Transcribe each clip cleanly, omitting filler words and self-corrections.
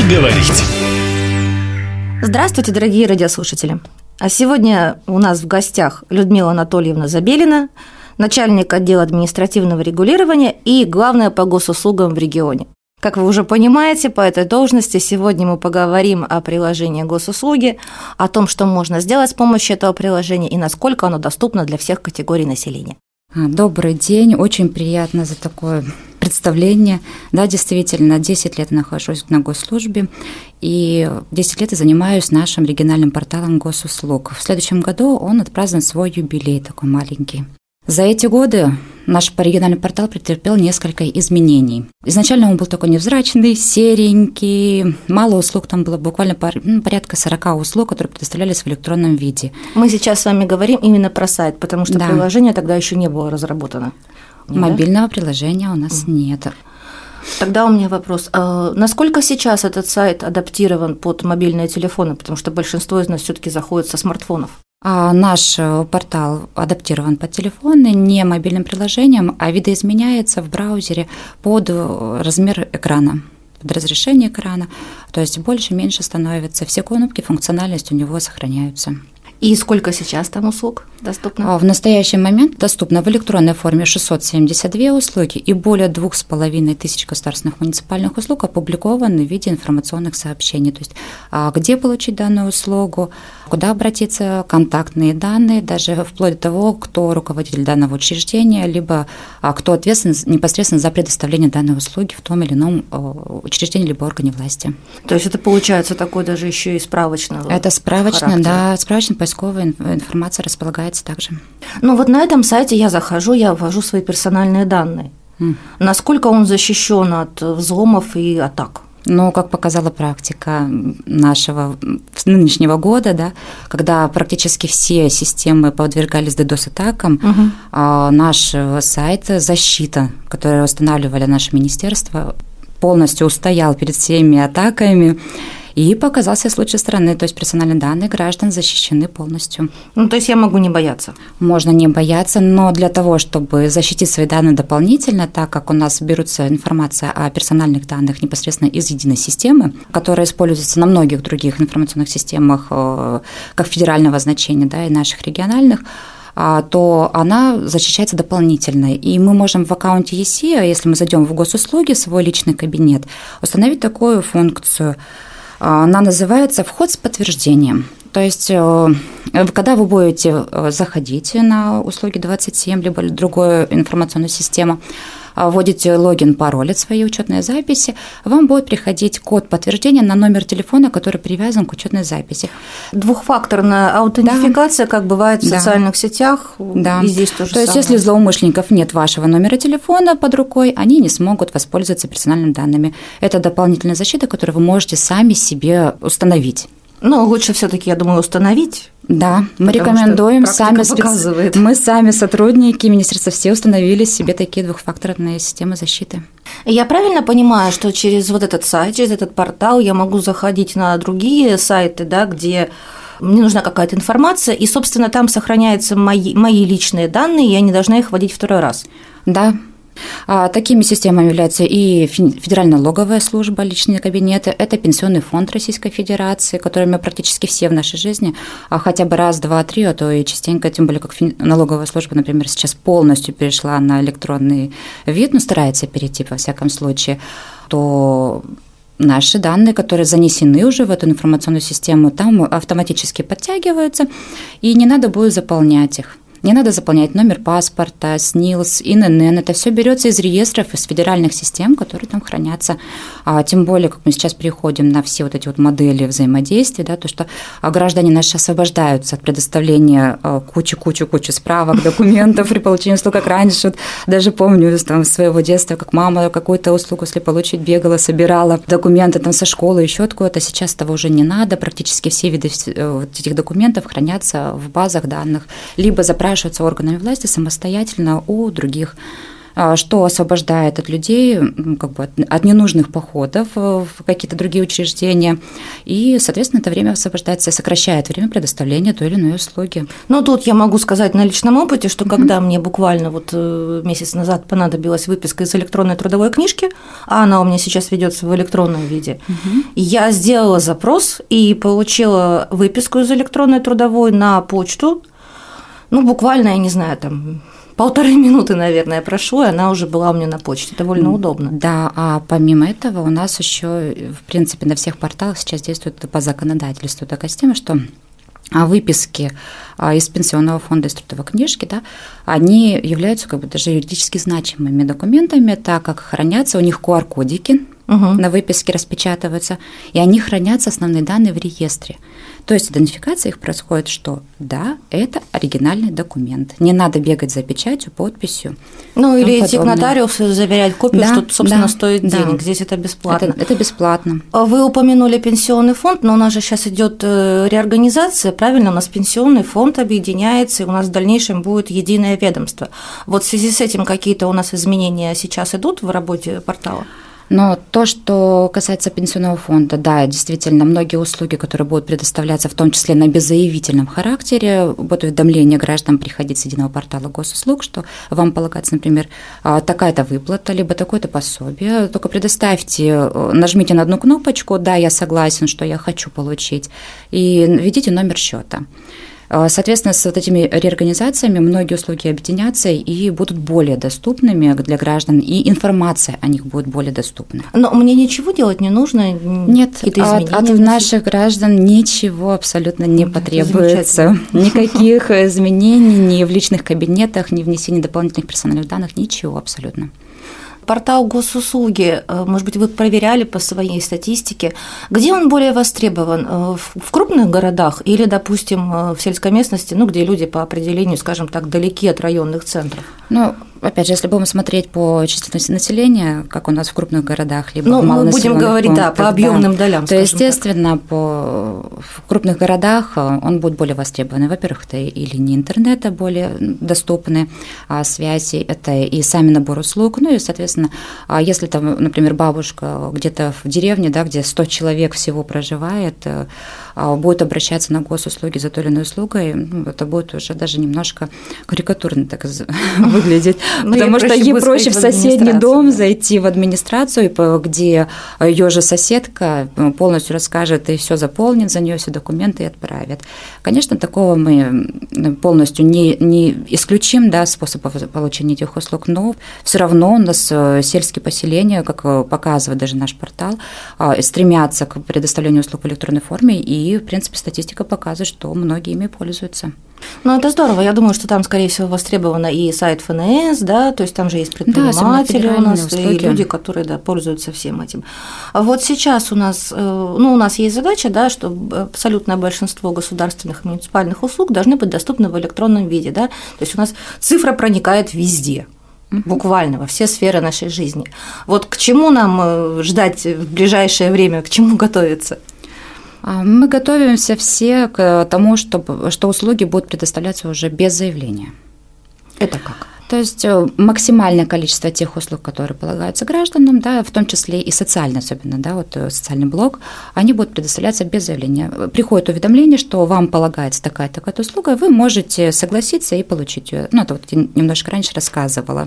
Поговорить. Здравствуйте, дорогие радиослушатели. А сегодня у нас в гостях Людмила Анатольевна Забелина, начальник отдела административного регулирования и главная по госуслугам в регионе. Как вы уже понимаете, по этой должности сегодня мы поговорим о приложении госуслуги, о том, что можно сделать с помощью этого приложения и насколько оно доступно для всех категорий населения. Добрый день, очень приятно за такое представление. Да, действительно, 10 лет нахожусь на госслужбе, и 10 лет я занимаюсь нашим региональным порталом госуслуг. В следующем году он отпразднует свой юбилей такой маленький. За эти годы наш региональный портал претерпел несколько изменений. Изначально он был такой невзрачный, серенький, мало услуг, там было буквально порядка 40 услуг, которые предоставлялись в электронном виде. Мы сейчас с вами говорим именно про сайт, потому что приложение тогда еще не было разработано. Мобильного приложения у нас нет. Тогда у меня вопрос. Насколько сейчас этот сайт адаптирован под мобильные телефоны? Потому что большинство из нас все-таки заходит со смартфонов. Наш портал адаптирован под телефоны, не мобильным приложением, а видоизменяется в браузере под размер экрана, под разрешение экрана. То есть больше-меньше становится. Все кнопки, функциональность у него сохраняются. И сколько сейчас там услуг доступно? В настоящий момент доступно в электронной форме 672 услуги и более 2500 государственных муниципальных услуг опубликованы в виде информационных сообщений. То есть где получить данную услугу, куда обратиться, контактные данные, даже вплоть до того, кто руководитель данного учреждения, либо кто ответственен непосредственно за предоставление данной услуги в том или ином учреждении либо органе власти. То есть это получается такое даже еще и справочного Это справочно, характера. Да, справочно-поисковая информация располагается также. Ну вот на этом сайте я захожу, я ввожу свои персональные данные. Насколько он защищен от взломов и атак? Но, как показала практика нашего нынешнего года, да, когда практически все системы подвергались DDoS-атакам, наш сайт «Защита», который устанавливали наше министерство, полностью устоял перед всеми атаками и показался с лучшей стороны, то есть персональные данные граждан защищены полностью. Ну, то есть я могу не бояться? Можно не бояться, но для того, чтобы защитить свои данные дополнительно, так как у нас берутся информация о персональных данных непосредственно из единой системы, которая используется на многих других информационных системах, как федерального значения, да, и наших региональных, то она защищается дополнительно. И мы можем в аккаунте ЕСИ, если мы зайдем в госуслуги, в свой личный кабинет, установить такую функцию. Она называется «Вход с подтверждением». То есть, когда вы будете заходить на услуги 27, либо другую информационную систему, вводите логин, пароль от своей учетной записи, вам будет приходить код подтверждения на номер телефона, который привязан к учетной записи. Двухфакторная аутентификация, как бывает в социальных сетях, и здесь тоже То есть, если злоумышленников нет вашего номера телефона под рукой, они не смогут воспользоваться персональными данными. Это дополнительная защита, которую вы можете сами себе установить. Но лучше все-таки, я думаю, установить. Да, мы рекомендуем, мы сами сотрудники министерства все установили себе такие двухфакторные системы защиты. Я правильно понимаю, что через вот этот сайт, через этот портал я могу заходить на другие сайты, да, где мне нужна какая-то информация, и, собственно, там сохраняются мои личные данные, и я не должна их вводить второй раз? Да. Такими системами являются и Федеральная налоговая служба, личные кабинеты, это Пенсионный фонд Российской Федерации, которыми практически все в нашей жизни хотя бы раз, два, три, а то и частенько, тем более как налоговая служба, например, сейчас полностью перешла на электронный вид, старается перейти во всяком случае, то наши данные, которые занесены уже в эту информационную систему, там автоматически подтягиваются, и не надо будет заполнять их. Не надо заполнять номер паспорта, СНИЛС, ИНН. Это все берется из реестров, из федеральных систем, которые там хранятся. Тем более, как мы сейчас переходим на все вот эти вот модели взаимодействия, да, то, что граждане наши освобождаются от предоставления кучи справок, документов при получении услуг, как раньше. Вот, даже помню там, своего детства, как мама какую-то услугу, если получить, бегала, собирала документы там, со школы, еще откуда-то. Сейчас того уже не надо. Практически все виды вот этих документов хранятся в базах данных, либо запрашиваются органами власти самостоятельно у других что освобождает от людей от ненужных походов в какие-то другие учреждения. И, соответственно, это время освобождается, сокращает время предоставления той или иной услуги. Ну, тут я могу сказать на личном опыте, что когда мне буквально месяц назад понадобилась выписка из электронной трудовой книжки, а она у меня сейчас ведется в электронном виде, я сделала запрос и получила выписку из электронной трудовой на почту. Буквально, я не знаю, 1,5 минуты, наверное, прошло, и она уже была у меня на почте. Довольно удобно. Да, а помимо этого у нас еще, в принципе, на всех порталах сейчас действует по законодательству такая система, что выписки из пенсионного фонда, из трудовой книжки, да, они являются даже юридически значимыми документами, так как хранятся у них QR-кодики, на выписке распечатываются, и они хранятся, основные данные, в реестре. То есть идентификация их происходит, что да, это оригинальный документ. Не надо бегать за печатью, подписью. Или идти к нотариусу, заверять копию, что, собственно, стоит денег. Здесь это бесплатно. Это бесплатно. Вы упомянули пенсионный фонд, но у нас же сейчас идет реорганизация, правильно? У нас пенсионный фонд объединяется, и у нас в дальнейшем будет единое ведомство. Вот в связи с этим какие-то у нас изменения сейчас идут в работе портала? Но то, что касается пенсионного фонда, да, действительно, многие услуги, которые будут предоставляться, в том числе на беззаявительном характере, будут уведомления граждан приходить с единого портала госуслуг, что вам полагается, например, такая-то выплата, либо такое-то пособие. Только предоставьте, нажмите на одну кнопочку, да, я согласен, что я хочу получить, и введите номер счета. Соответственно, с этими реорганизациями многие услуги объединятся и будут более доступными для граждан, и информация о них будет более доступна. Но мне ничего делать не нужно? Нет, от наших граждан ничего абсолютно не потребуется. Никаких изменений ни в личных кабинетах, ни внесения дополнительных персональных данных, ничего абсолютно. Портал госуслуги, может быть, вы проверяли по своей статистике, где он более востребован? В крупных городах или, допустим, в сельской местности, где люди по определению, скажем так, далеки от районных центров? Опять же, если будем смотреть по численности населения, как у нас в крупных городах, либо в малонаселенных пунктах. Мы будем говорить, по объемным долям. То, естественно, в крупных городах он будет более востребован. Во-первых, это и линии интернета более доступны, связи, это и сами набор услуг, и, соответственно, если там, например, бабушка где-то в деревне, да, где 100 человек всего проживает, будет обращаться на госуслуги за той или иной услугой, это будет уже даже немножко карикатурно так выглядеть. Потому что ей проще в соседний дом зайти в администрацию, где ее же соседка полностью расскажет и все заполнит за нее, все документы и отправит. Конечно, такого мы полностью не исключим, да, способов получения этих услуг, но все равно у нас сельские поселения, как показывает даже наш портал, стремятся к предоставлению услуг в электронной форме, и, в принципе, статистика показывает, что многие ими пользуются. Это здорово. Я думаю, что там, скорее всего, востребовано и сайт ФНС, да, то есть там же есть предприниматели у нас, услуги. И люди, которые, да, пользуются всем этим. А вот сейчас у нас есть задача, да, что абсолютное большинство государственных и муниципальных услуг должны быть доступны в электронном виде, да, то есть у нас цифра проникает везде. Буквально во все сферы нашей жизни. Вот к чему нам ждать в ближайшее время, к чему готовиться? Мы готовимся все к тому, что услуги будут предоставляться уже без заявления. Это как? То есть максимальное количество тех услуг, которые полагаются гражданам, да, в том числе и социальные, особенно, да, социальный блок, они будут предоставляться без заявления. Приходит уведомление, что вам полагается такая-то услуга, вы можете согласиться и получить ее. Это я немножко раньше рассказывала.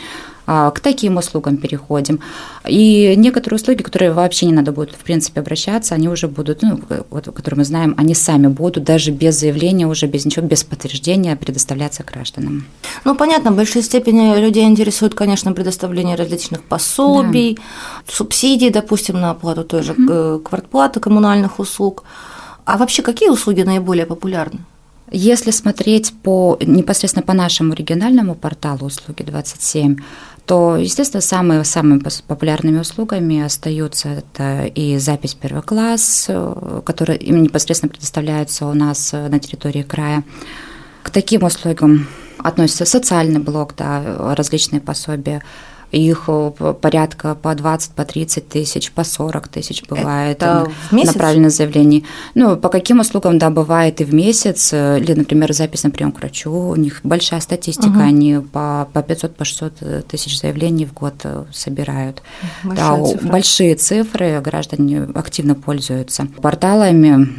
К таким услугам переходим. И некоторые услуги, которые вообще не надо будет, в принципе, обращаться, они уже будут, которые мы знаем, они сами будут даже без заявления, уже без ничего, без подтверждения предоставляться гражданам. Понятно, в большей степени людей интересует, конечно, предоставление различных пособий, субсидий, допустим, на оплату той же квартплаты коммунальных услуг. А вообще какие услуги наиболее популярны? Если смотреть непосредственно по нашему региональному порталу «Услуги 27», то, естественно, самыми популярными услугами остаются это и запись в первый класс, которые им непосредственно предоставляются у нас на территории края. К таким услугам относится социальный блок, да, различные пособия, их порядка по 20, по 30 тысяч, по 40 тысяч бывает. Это в месяц? Направленных заявлений. По каким услугам, да, бывает и в месяц, или, например, запись на прием к врачу, у них большая статистика, они по 500, по 600 тысяч заявлений в год собирают. Большие цифры, граждане активно пользуются порталами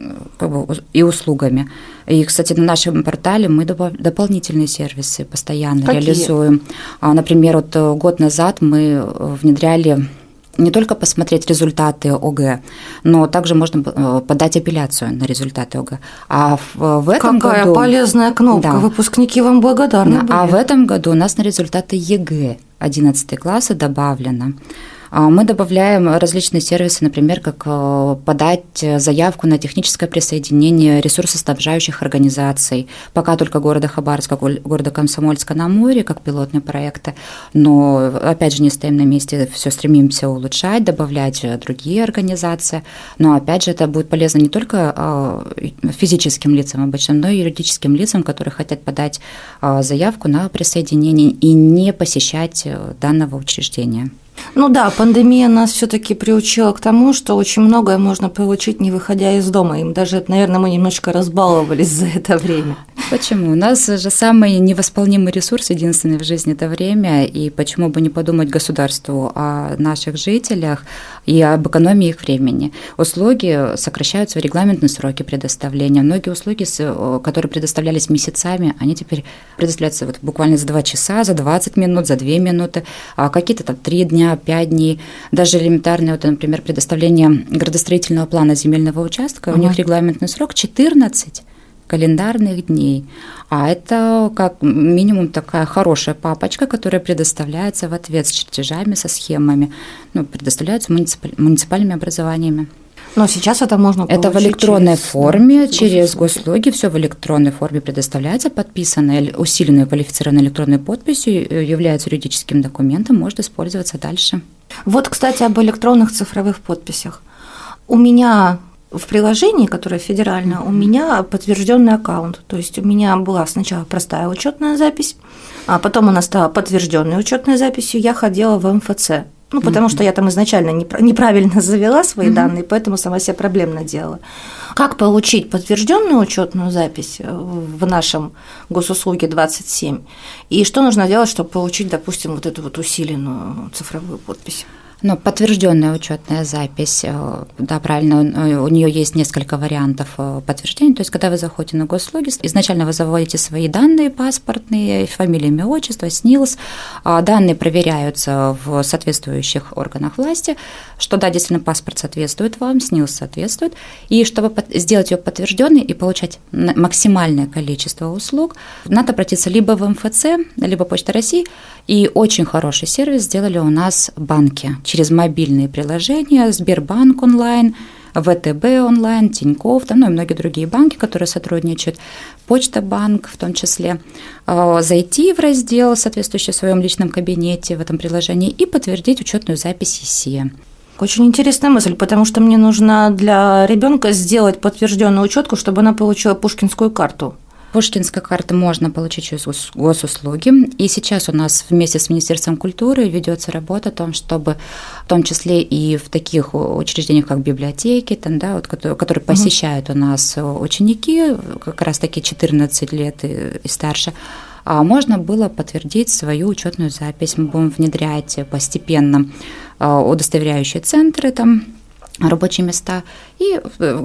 и услугами. И, кстати, на нашем портале мы дополнительные сервисы постоянно реализуем. Например, год назад мы внедряли не только посмотреть результаты ОГЭ, но также можно подать апелляцию на результаты ОГЭ. А в этом Какая году… полезная кнопка, да. Выпускники вам благодарны были. А в этом году у нас на результаты ЕГЭ 11 класса добавлено. Мы добавляем различные сервисы, например, как подать заявку на техническое присоединение ресурсоснабжающих организаций, пока только города Хабаровска, города Комсомольска-на-Амуре, как пилотные проекты, но, опять же, не стоим на месте, все стремимся улучшать, добавлять другие организации, но, опять же, это будет полезно не только физическим лицам обычно, но и юридическим лицам, которые хотят подать заявку на присоединение и не посещать данного учреждения. Пандемия нас все-таки приучила к тому, что очень многое можно получить, не выходя из дома. Им даже, наверное, мы немножко разбаловались за это время. Почему? У нас же самый невосполнимый ресурс, единственный в жизни, это время, и почему бы не подумать государству о наших жителях и об экономии их времени. Услуги сокращаются в регламентные сроки предоставления. Многие услуги, которые предоставлялись месяцами, они теперь предоставляются буквально за 2 часа, за 20 минут, за 2 минуты, а какие-то 3 дня, 5 дней. Даже элементарное, например, предоставление градостроительного плана земельного участка, у них регламентный срок 14 календарных дней. А это как минимум такая хорошая папочка, которая предоставляется в ответ с чертежами, со схемами, предоставляются муниципальными образованиями. Но сейчас это можно получить. Это в электронной форме, через госуслуги, все в электронной форме предоставляется, подписанное, усиленной квалифицированной электронной подписью, является юридическим документом, может использоваться дальше. Кстати, об электронных цифровых подписях. У меня в приложении, которое федеральное, у меня подтвержденный аккаунт. То есть у меня была сначала простая учетная запись, а потом она стала подтвержденной учетной записью. Я ходила в МФЦ. Потому что я там изначально неправильно завела свои данные, поэтому сама себе проблем наделала. Как получить подтвержденную учетную запись в нашем госуслуге 27? И что нужно делать, чтобы получить, допустим, эту усиленную цифровую подпись? Подтвержденная учетная запись, да, правильно, у нее есть несколько вариантов подтверждения. То есть, когда вы заходите на госуслуги, изначально вы заводите свои данные паспортные, фамилия, имя, отчество, СНИЛС, данные проверяются в соответствующих органах власти, что да, действительно паспорт соответствует вам, СНИЛС соответствует, и чтобы сделать ее подтвержденной и получать максимальное количество услуг, надо обратиться либо в МФЦ, либо Почта России, и очень хороший сервис сделали у нас банки через мобильные приложения, Сбербанк онлайн, ВТБ онлайн, Тинькофф, и многие другие банки, которые сотрудничают, Почта Банк в том числе, зайти в раздел, соответствующий в своем личном кабинете в этом приложении, и подтвердить учетную запись ИСИ. Очень интересная мысль, потому что мне нужно для ребенка сделать подтвержденную учетку, чтобы она получила пушкинскую карту. Пушкинская карта можно получить через госуслуги. И сейчас у нас вместе с Министерством культуры ведется работа о том, чтобы в том числе и в таких учреждениях, как библиотеки, которые посещают у нас ученики, как раз таки 14 лет и старше, можно было подтвердить свою учетную запись. Мы будем внедрять постепенно удостоверяющие центры, рабочие места, и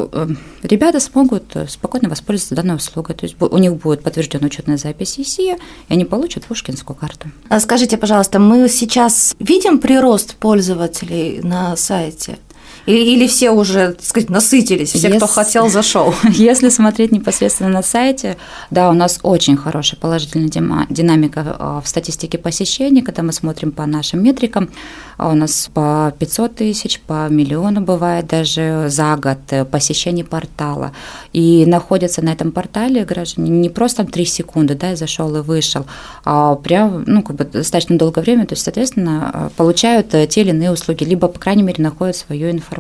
ребята смогут спокойно воспользоваться данной услугой. То есть у них будет подтверждена учетная запись ИСИ, и они получат пушкинскую карту. Скажите, пожалуйста, мы сейчас видим прирост пользователей на сайте? Или все уже, так сказать, насытились, все, кто хотел, зашел? Если смотреть непосредственно на сайте, да, у нас очень хорошая положительная динамика в статистике посещений, когда мы смотрим по нашим метрикам, у нас по 500 тысяч, по миллиону бывает даже за год посещений портала. И находятся на этом портале граждане не просто 3 секунды, да, я зашел и вышел, а прям, достаточно долгое время, то есть, соответственно, получают те или иные услуги, либо, по крайней мере, находят свою информацию.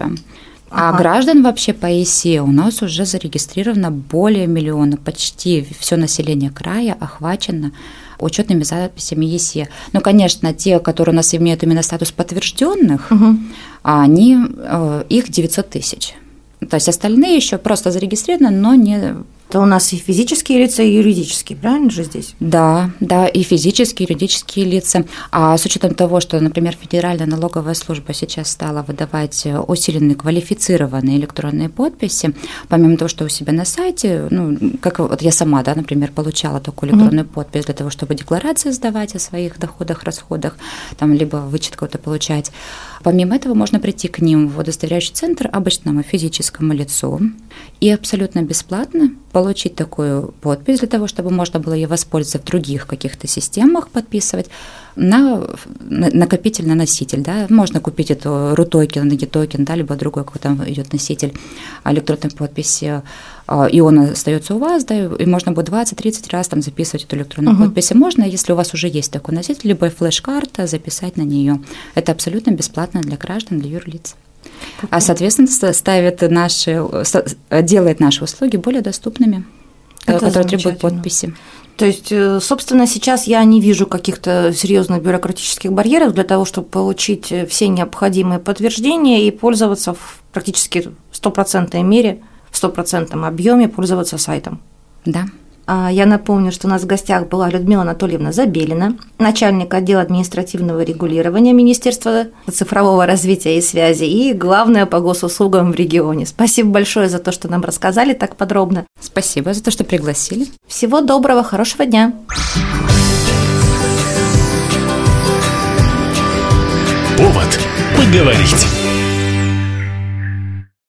А граждан вообще по ИСИ у нас уже зарегистрировано более 1 миллиона, почти все население края охвачено учетными записями ЕСЕ. Но, конечно, те, которые у нас имеют именно статус подтвержденных, их 900 тысяч. То есть остальные еще просто зарегистрированы, но не... Это у нас и физические лица, и юридические, правильно же здесь? Да, и физические, и юридические лица. А с учетом того, что, например, Федеральная налоговая служба сейчас стала выдавать усиленные квалифицированные электронные подписи, помимо того, что у себя на сайте, как вот я сама, например, получала такую электронную подпись для того, чтобы декларации сдавать о своих доходах, расходах, либо вычет какой-то получать. Помимо этого можно прийти к ним в удостоверяющий центр, обычному физическому лицу, и абсолютно бесплатно получить такую подпись для того, чтобы можно было ее воспользоваться в других каких-то системах, подписывать на накопительный носитель. Да. Можно купить эту RU-токен, NAGI-токен, либо другой какой-то идет носитель электронной подписи, и он остается у вас, и можно будет 20-30 раз записывать эту электронную подпись. И можно, если у вас уже есть такой носитель, либо флеш-карта, записать на нее. Это абсолютно бесплатно для граждан, для юрлиц. А, соответственно, делает наши услуги более доступными, которые требуют подписи. То есть, собственно, сейчас я не вижу каких-то серьезных бюрократических барьеров для того, чтобы получить все необходимые подтверждения и пользоваться в практически 100% мере, в 100% объеме пользоваться сайтом. Да. Я напомню, что у нас в гостях была Людмила Анатольевна Забелина, начальник отдела административного регулирования Министерства цифрового развития и связи и главная по госуслугам в регионе. Спасибо большое за то, что нам рассказали так подробно. Спасибо за то, что пригласили. Всего доброго, хорошего дня. Повод поговорить.